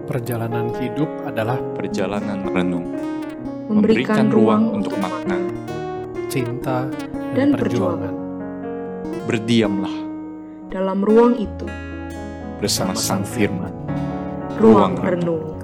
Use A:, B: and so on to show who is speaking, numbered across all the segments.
A: Perjalanan hidup adalah
B: perjalanan renung,
C: memberikan ruang untuk
B: makna.
A: cinta
C: dan
A: perjuangan.
B: Berdiamlah
C: dalam ruang itu,
B: bersama Sang Firman.
C: ruang renung.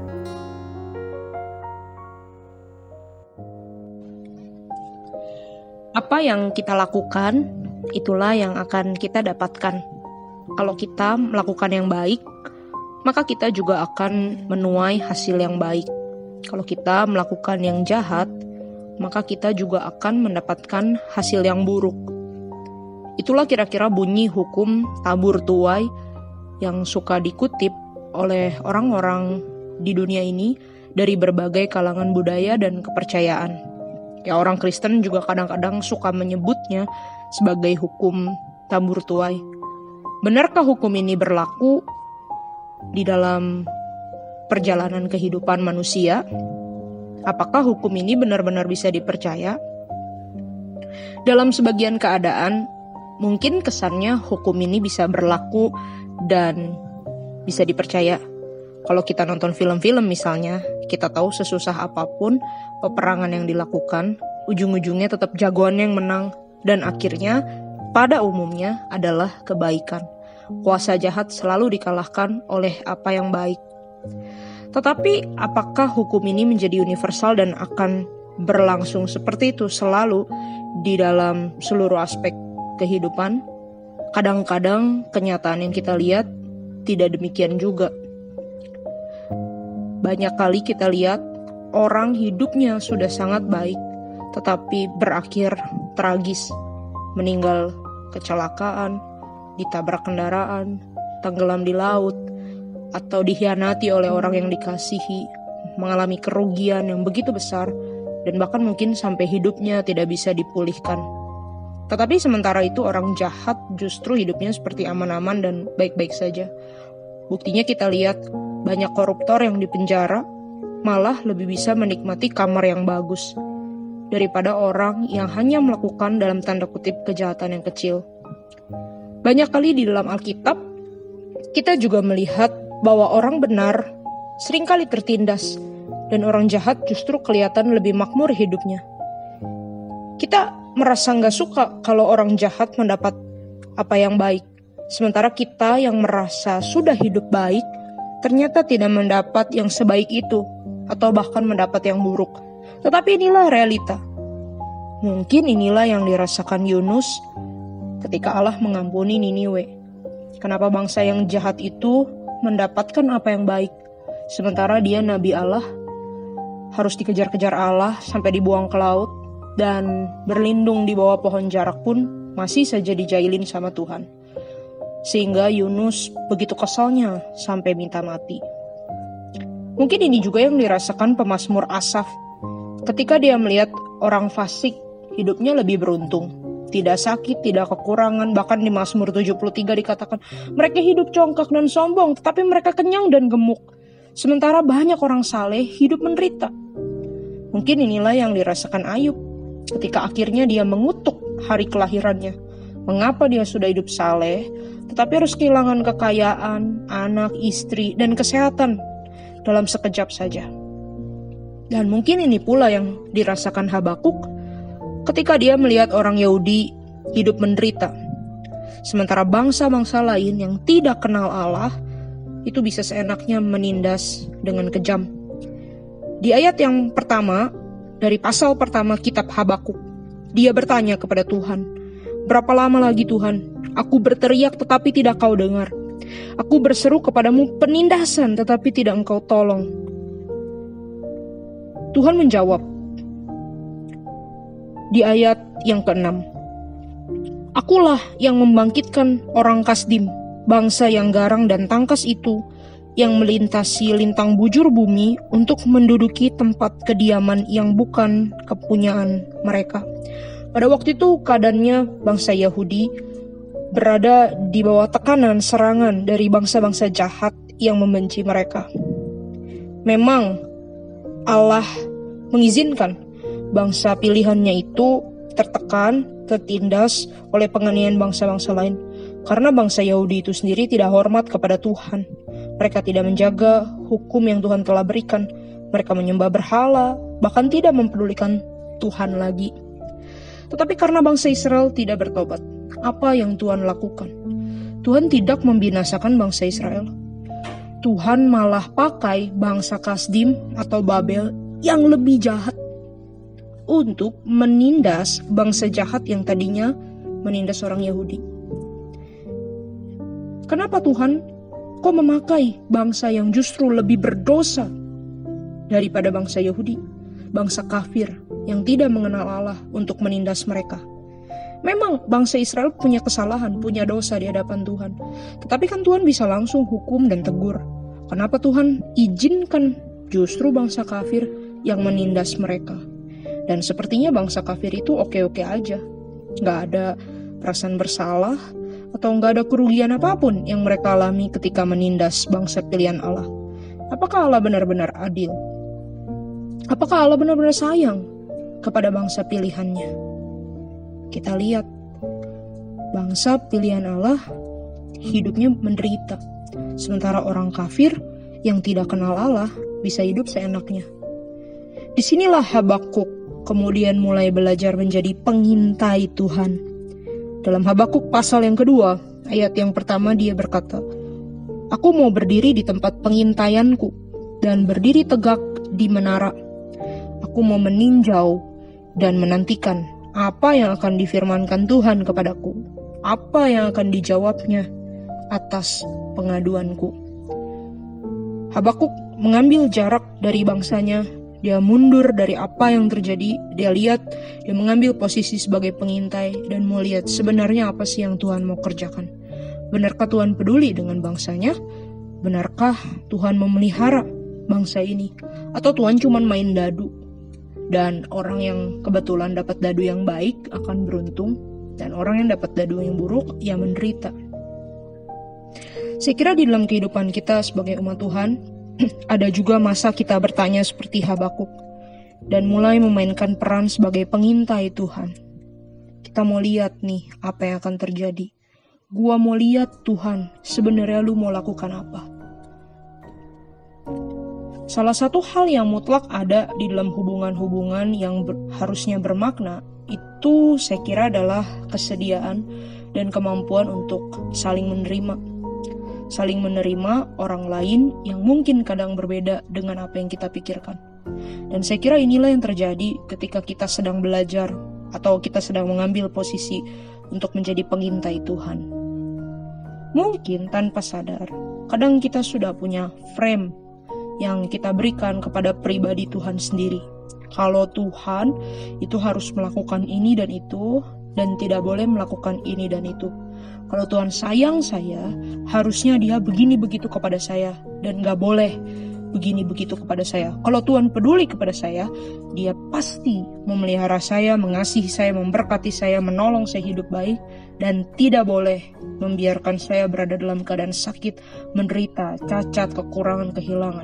D: Apa yang kita lakukan, itulah yang akan kita dapatkan. Kalau kita melakukan yang baik, maka kita juga akan menuai hasil yang baik. Kalau kita melakukan yang jahat, maka kita juga akan mendapatkan hasil yang buruk. Itulah kira-kira bunyi hukum tabur tuai yang suka dikutip oleh orang-orang di dunia ini dari berbagai kalangan budaya dan kepercayaan. Ya, orang Kristen juga kadang-kadang suka menyebutnya sebagai hukum tabur tuai. Benarkah hukum ini berlaku di dalam perjalanan kehidupan manusia? Apakah hukum ini benar-benar bisa dipercaya? Dalam sebagian keadaan, mungkin kesannya hukum ini bisa berlaku dan bisa dipercaya. Kalau kita nonton film-film misalnya, kita tahu sesusah apapun peperangan yang dilakukan, ujung-ujungnya tetap jagoan yang menang, dan akhirnya pada umumnya adalah kebaikan. Kuasa jahat selalu dikalahkan oleh apa yang baik. Tetapi apakah hukum ini menjadi universal dan akan berlangsung seperti itu selalu di dalam seluruh aspek kehidupan? Kadang-kadang kenyataan yang kita lihat tidak demikian juga. Banyak kali kita lihat orang hidupnya sudah sangat baik, tetapi berakhir tragis, meninggal kecelakaan, ditabrak kendaraan, tenggelam di laut, atau dikhianati oleh orang yang dikasihi, mengalami kerugian yang begitu besar, dan bahkan mungkin sampai hidupnya tidak bisa dipulihkan. Tetapi sementara itu orang jahat justru hidupnya seperti aman-aman dan baik-baik saja. Buktinya kita lihat banyak koruptor yang dipenjara malah lebih bisa menikmati kamar yang bagus daripada orang yang hanya melakukan dalam tanda kutip kejahatan yang kecil. Banyak kali di dalam Alkitab kita juga melihat bahwa orang benar seringkali tertindas dan orang jahat justru kelihatan lebih makmur hidupnya. Kita merasa gak suka kalau orang jahat mendapat apa yang baik, sementara kita yang merasa sudah hidup baik ternyata tidak mendapat yang sebaik itu atau bahkan mendapat yang buruk. Tetapi inilah realita. Mungkin inilah yang dirasakan Yunus ketika Allah mengampuni Niniwe. Kenapa bangsa yang jahat itu mendapatkan apa yang baik, sementara dia Nabi Allah harus dikejar-kejar Allah sampai dibuang ke laut dan berlindung di bawah pohon jarak pun masih saja dijailin sama Tuhan. Sehingga Yunus begitu kesalnya sampai minta mati. Mungkin ini juga yang dirasakan pemazmur Asaf ketika dia melihat orang fasik hidupnya lebih beruntung. Tidak sakit, tidak kekurangan, bahkan di Mazmur 73 dikatakan mereka hidup congkak dan sombong, tetapi mereka kenyang dan gemuk. Sementara banyak orang saleh hidup menderita. Mungkin inilah yang dirasakan Ayub ketika akhirnya dia mengutuk hari kelahirannya. Mengapa dia sudah hidup saleh, tetapi harus kehilangan kekayaan, anak, istri, dan kesehatan dalam sekejap saja. Dan mungkin ini pula yang dirasakan Habakuk ketika dia melihat orang Yahudi hidup menderita, sementara bangsa-bangsa lain yang tidak kenal Allah itu bisa seenaknya menindas dengan kejam. Di ayat yang pertama, dari pasal pertama kitab Habakuk, dia bertanya kepada Tuhan, "Berapa lama lagi Tuhan? Aku berteriak tetapi tidak kau dengar. Aku berseru kepadamu penindasan tetapi tidak engkau tolong." Tuhan menjawab di ayat yang ke-6, "Akulah yang membangkitkan orang Kasdim, bangsa yang garang dan tangkas itu, yang melintasi lintang bujur bumi untuk menduduki tempat kediaman yang bukan kepunyaan mereka." Pada waktu itu keadaannya bangsa Yahudi berada di bawah tekanan serangan dari bangsa-bangsa jahat yang membenci mereka. Memang Allah mengizinkan bangsa pilihannya itu tertekan, tertindas oleh penganiayaan bangsa-bangsa lain. Karena bangsa Yahudi itu sendiri tidak hormat kepada Tuhan. Mereka tidak menjaga hukum yang Tuhan telah berikan. Mereka menyembah berhala, bahkan tidak mempedulikan Tuhan lagi. Tetapi karena bangsa Israel tidak bertobat, apa yang Tuhan lakukan? Tuhan tidak membinasakan bangsa Israel. Tuhan malah pakai bangsa Kasdim atau Babel yang lebih jahat untuk menindas bangsa jahat yang tadinya menindas orang Yahudi. Kenapa Tuhan kok memakai bangsa yang justru lebih berdosa daripada bangsa Yahudi, bangsa kafir yang tidak mengenal Allah untuk menindas mereka? Memang bangsa Israel punya kesalahan, punya dosa di hadapan Tuhan. Tetapi kan Tuhan bisa langsung hukum dan tegur. Kenapa Tuhan izinkan justru bangsa kafir yang menindas mereka? Dan sepertinya bangsa kafir itu oke-oke aja. Gak ada perasaan bersalah atau gak ada kerugian apapun yang mereka alami ketika menindas bangsa pilihan Allah. Apakah Allah benar-benar adil? Apakah Allah benar-benar sayang kepada bangsa pilihannya? Kita lihat, bangsa pilihan Allah hidupnya menderita. Sementara orang kafir yang tidak kenal Allah bisa hidup seenaknya. Disinilah Habakuk kemudian mulai belajar menjadi pengintai Tuhan. Dalam Habakuk pasal yang kedua, ayat yang pertama dia berkata, "Aku mau berdiri di tempat pengintaianku dan berdiri tegak di menara. Aku mau meninjau dan menantikan apa yang akan difirmankan Tuhan kepadaku, apa yang akan dijawabnya atas pengaduanku." Habakuk mengambil jarak dari bangsanya, dia mundur dari apa yang terjadi, dia lihat, dia mengambil posisi sebagai pengintai dan mau lihat sebenarnya apa sih yang Tuhan mau kerjakan. Benarkah Tuhan peduli dengan bangsanya? Benarkah Tuhan memelihara bangsa ini? Atau Tuhan cuma main dadu? Dan orang yang kebetulan dapat dadu yang baik akan beruntung, dan orang yang dapat dadu yang buruk ya menderita. Saya kira di dalam kehidupan kita sebagai umat Tuhan, ada juga masa kita bertanya seperti Habakuk dan mulai memainkan peran sebagai pengintai Tuhan. Kita mau lihat nih apa yang akan terjadi. Gua mau lihat Tuhan, sebenarnya lu mau lakukan apa? Salah satu hal yang mutlak ada di dalam hubungan-hubungan yang harusnya bermakna, itu saya kira adalah kesediaan dan kemampuan untuk saling menerima. Saling menerima orang lain yang mungkin kadang berbeda dengan apa yang kita pikirkan. Dan saya kira inilah yang terjadi ketika kita sedang belajar atau kita sedang mengambil posisi untuk menjadi pengintai Tuhan. Mungkin tanpa sadar, kadang kita sudah punya frame yang kita berikan kepada pribadi Tuhan sendiri. Kalau Tuhan itu harus melakukan ini dan itu, dan tidak boleh melakukan ini dan itu. Kalau Tuhan sayang saya, harusnya dia begini begitu kepada saya, dan gak boleh begini begitu kepada saya. Kalau Tuhan peduli kepada saya, dia pasti memelihara saya, mengasihi saya, memberkati saya, menolong saya hidup baik, dan tidak boleh membiarkan saya berada dalam keadaan sakit, menderita, cacat, kekurangan, kehilangan.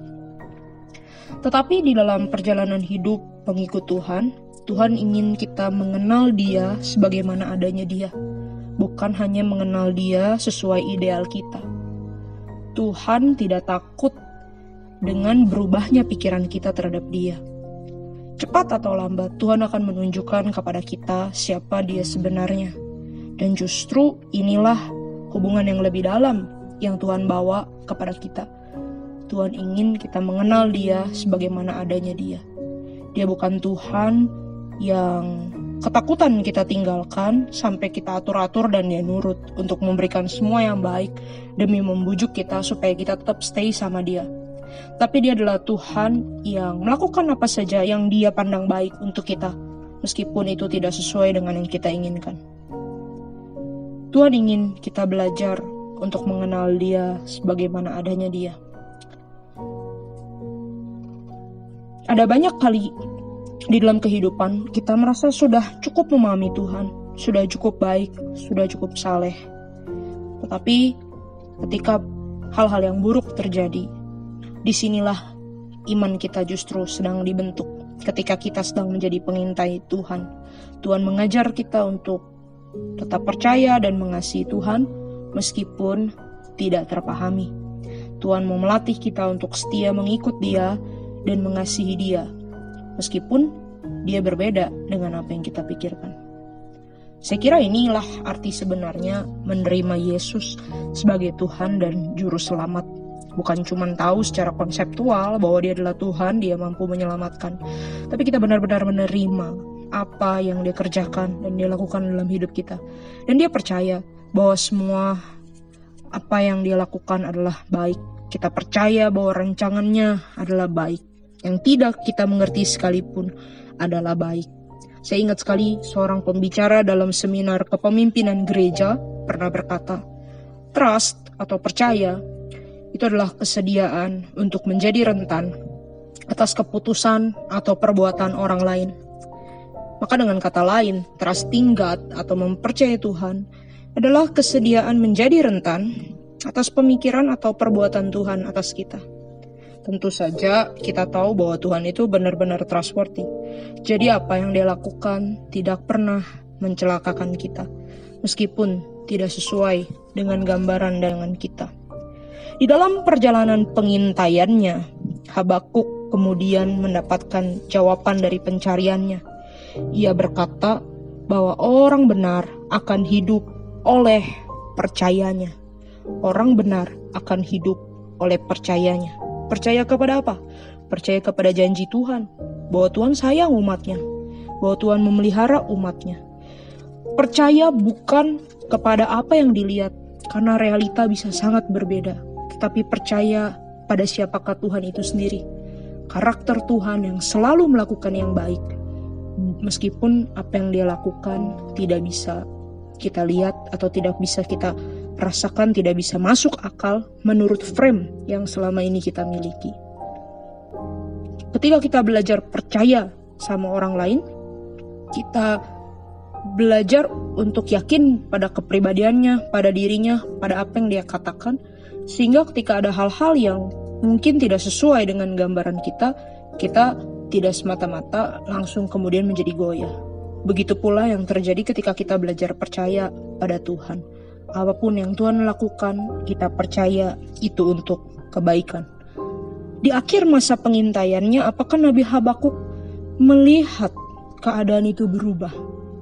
D: Tetapi di dalam perjalanan hidup pengikut Tuhan, Tuhan ingin kita mengenal Dia sebagaimana adanya Dia, bukan hanya mengenal Dia sesuai ideal kita. Tuhan tidak takut dengan berubahnya pikiran kita terhadap Dia. Cepat atau lambat, Tuhan akan menunjukkan kepada kita siapa Dia sebenarnya. Dan justru inilah hubungan yang lebih dalam yang Tuhan bawa kepada kita. Tuhan ingin kita mengenal Dia sebagaimana adanya Dia. Dia bukan Tuhan yang ketakutan kita tinggalkan sampai kita atur-atur dan Dia nurut untuk memberikan semua yang baik demi membujuk kita supaya kita tetap stay sama Dia. Tapi Dia adalah Tuhan yang melakukan apa saja yang Dia pandang baik untuk kita, meskipun itu tidak sesuai dengan yang kita inginkan. Tuhan ingin kita belajar untuk mengenal Dia sebagaimana adanya Dia. Ada banyak kali di dalam kehidupan kita merasa sudah cukup memahami Tuhan, sudah cukup baik, sudah cukup saleh. Tetapi ketika hal-hal yang buruk terjadi, disinilah iman kita justru sedang dibentuk. Ketika kita sedang menjadi pengintai Tuhan, Tuhan mengajar kita untuk tetap percaya dan mengasihi Tuhan meskipun tidak terpahami. Tuhan mau melatih kita untuk setia mengikut Dia dan mengasihi Dia, meskipun Dia berbeda dengan apa yang kita pikirkan. Saya kira inilah arti sebenarnya menerima Yesus sebagai Tuhan dan Juru Selamat. Bukan cuma tahu secara konseptual bahwa Dia adalah Tuhan, Dia mampu menyelamatkan, tapi kita benar-benar menerima apa yang Dia kerjakan dan Dia lakukan dalam hidup kita. Dan Dia percaya bahwa semua apa yang Dia lakukan adalah baik. Kita percaya bahwa rancangannya adalah baik. Yang tidak kita mengerti sekalipun adalah baik. Saya ingat sekali seorang pembicara dalam seminar kepemimpinan gereja pernah berkata, trust atau percaya itu adalah kesediaan untuk menjadi rentan atas keputusan atau perbuatan orang lain. Maka dengan kata lain, trusting God atau mempercayai Tuhan adalah kesediaan menjadi rentan atas pemikiran atau perbuatan Tuhan atas kita. Tentu saja kita tahu bahwa Tuhan itu benar-benar trustworthy. Jadi apa yang Dia lakukan tidak pernah mencelakakan kita, meskipun tidak sesuai dengan gambaran dengan kita. Di dalam perjalanan pengintaiannya, Habakuk kemudian mendapatkan jawaban dari pencariannya. Ia berkata bahwa orang benar akan hidup oleh percayanya. Orang benar akan hidup oleh percayanya. Percaya kepada apa? Percaya kepada janji Tuhan, bahwa Tuhan sayang umatnya, bahwa Tuhan memelihara umatnya. Percaya bukan kepada apa yang dilihat, karena realita bisa sangat berbeda. Tetapi percaya pada siapakah Tuhan itu sendiri. Karakter Tuhan yang selalu melakukan yang baik. Meskipun apa yang Dia lakukan tidak bisa kita lihat atau tidak bisa kita rasakan, tidak bisa masuk akal menurut frame yang selama ini kita miliki. Ketika kita belajar percaya sama orang lain, kita belajar untuk yakin pada kepribadiannya, pada dirinya, pada apa yang dia katakan, sehingga ketika ada hal-hal yang mungkin tidak sesuai dengan gambaran kita, kita tidak semata-mata langsung kemudian menjadi goyah. Begitu pula yang terjadi ketika kita belajar percaya pada Tuhan. Apapun yang Tuhan lakukan, kita percaya itu untuk kebaikan. Di akhir masa pengintaiannya, apakah Nabi Habakuk melihat keadaan itu berubah?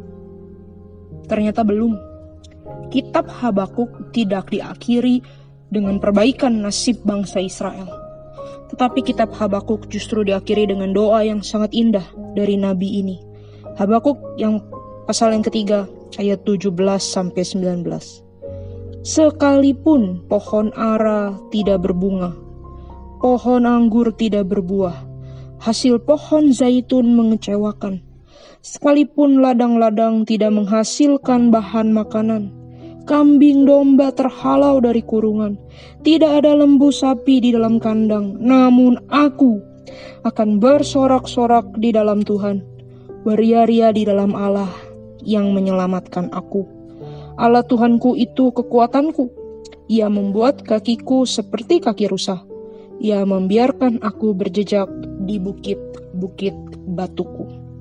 D: Ternyata belum. Kitab Habakuk tidak diakhiri dengan perbaikan nasib bangsa Israel. Tetapi kitab Habakuk justru diakhiri dengan doa yang sangat indah dari Nabi ini. Habakuk yang pasal yang ketiga, ayat 17-19. Sekalipun pohon ara tidak berbunga, pohon anggur tidak berbuah, hasil pohon zaitun mengecewakan, sekalipun ladang-ladang tidak menghasilkan bahan makanan, kambing domba terhalau dari kurungan, tidak ada lembu sapi di dalam kandang, namun aku akan bersorak-sorak di dalam Tuhan, beria-ria di dalam Allah yang menyelamatkan aku. Allah Tuhanku itu kekuatanku. Ia membuat kakiku seperti kaki rusa. Ia membiarkan aku berjejak di bukit-bukit batuku.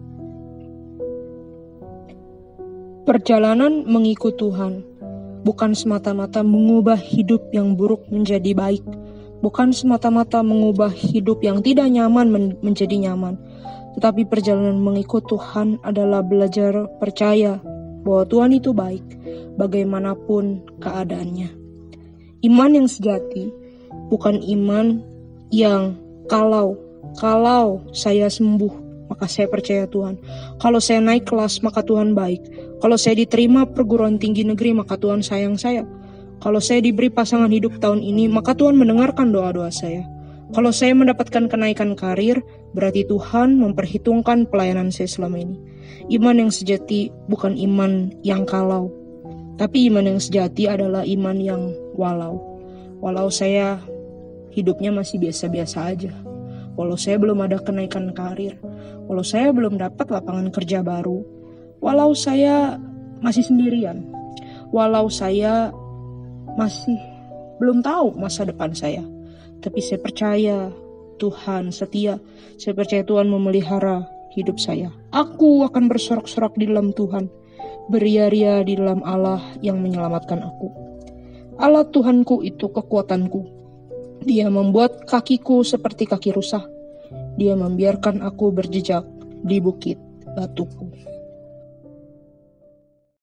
D: Perjalanan mengikut Tuhan bukan semata-mata mengubah hidup yang buruk menjadi baik. Bukan semata-mata mengubah hidup yang tidak nyaman menjadi nyaman. Tetapi perjalanan mengikut Tuhan adalah belajar percaya bahwa Tuhan itu baik, bagaimanapun keadaannya. Iman yang sejati bukan iman yang kalau saya sembuh, maka saya percaya Tuhan. Kalau saya naik kelas, maka Tuhan baik. Kalau saya diterima perguruan tinggi negeri, maka Tuhan sayang saya. Kalau saya diberi pasangan hidup tahun ini, maka Tuhan mendengarkan doa-doa saya. Kalau saya mendapatkan kenaikan karir, berarti Tuhan memperhitungkan pelayanan saya selama ini. Iman yang sejati bukan iman yang kalau, tapi iman yang sejati adalah iman yang walau. Walau saya hidupnya masih biasa-biasa aja, walau saya belum ada kenaikan karir, walau saya belum dapat lapangan kerja baru, walau saya masih sendirian, walau saya masih belum tahu masa depan saya, tapi saya percaya Tuhan setia. Saya percaya Tuhan memelihara hidup saya. Aku akan bersorak-sorak di dalam Tuhan, beria-ria di dalam Allah yang menyelamatkan aku. Allah Tuhanku itu kekuatanku. Dia membuat kakiku seperti kaki rusa. Dia membiarkan aku berjejak di bukit batuku.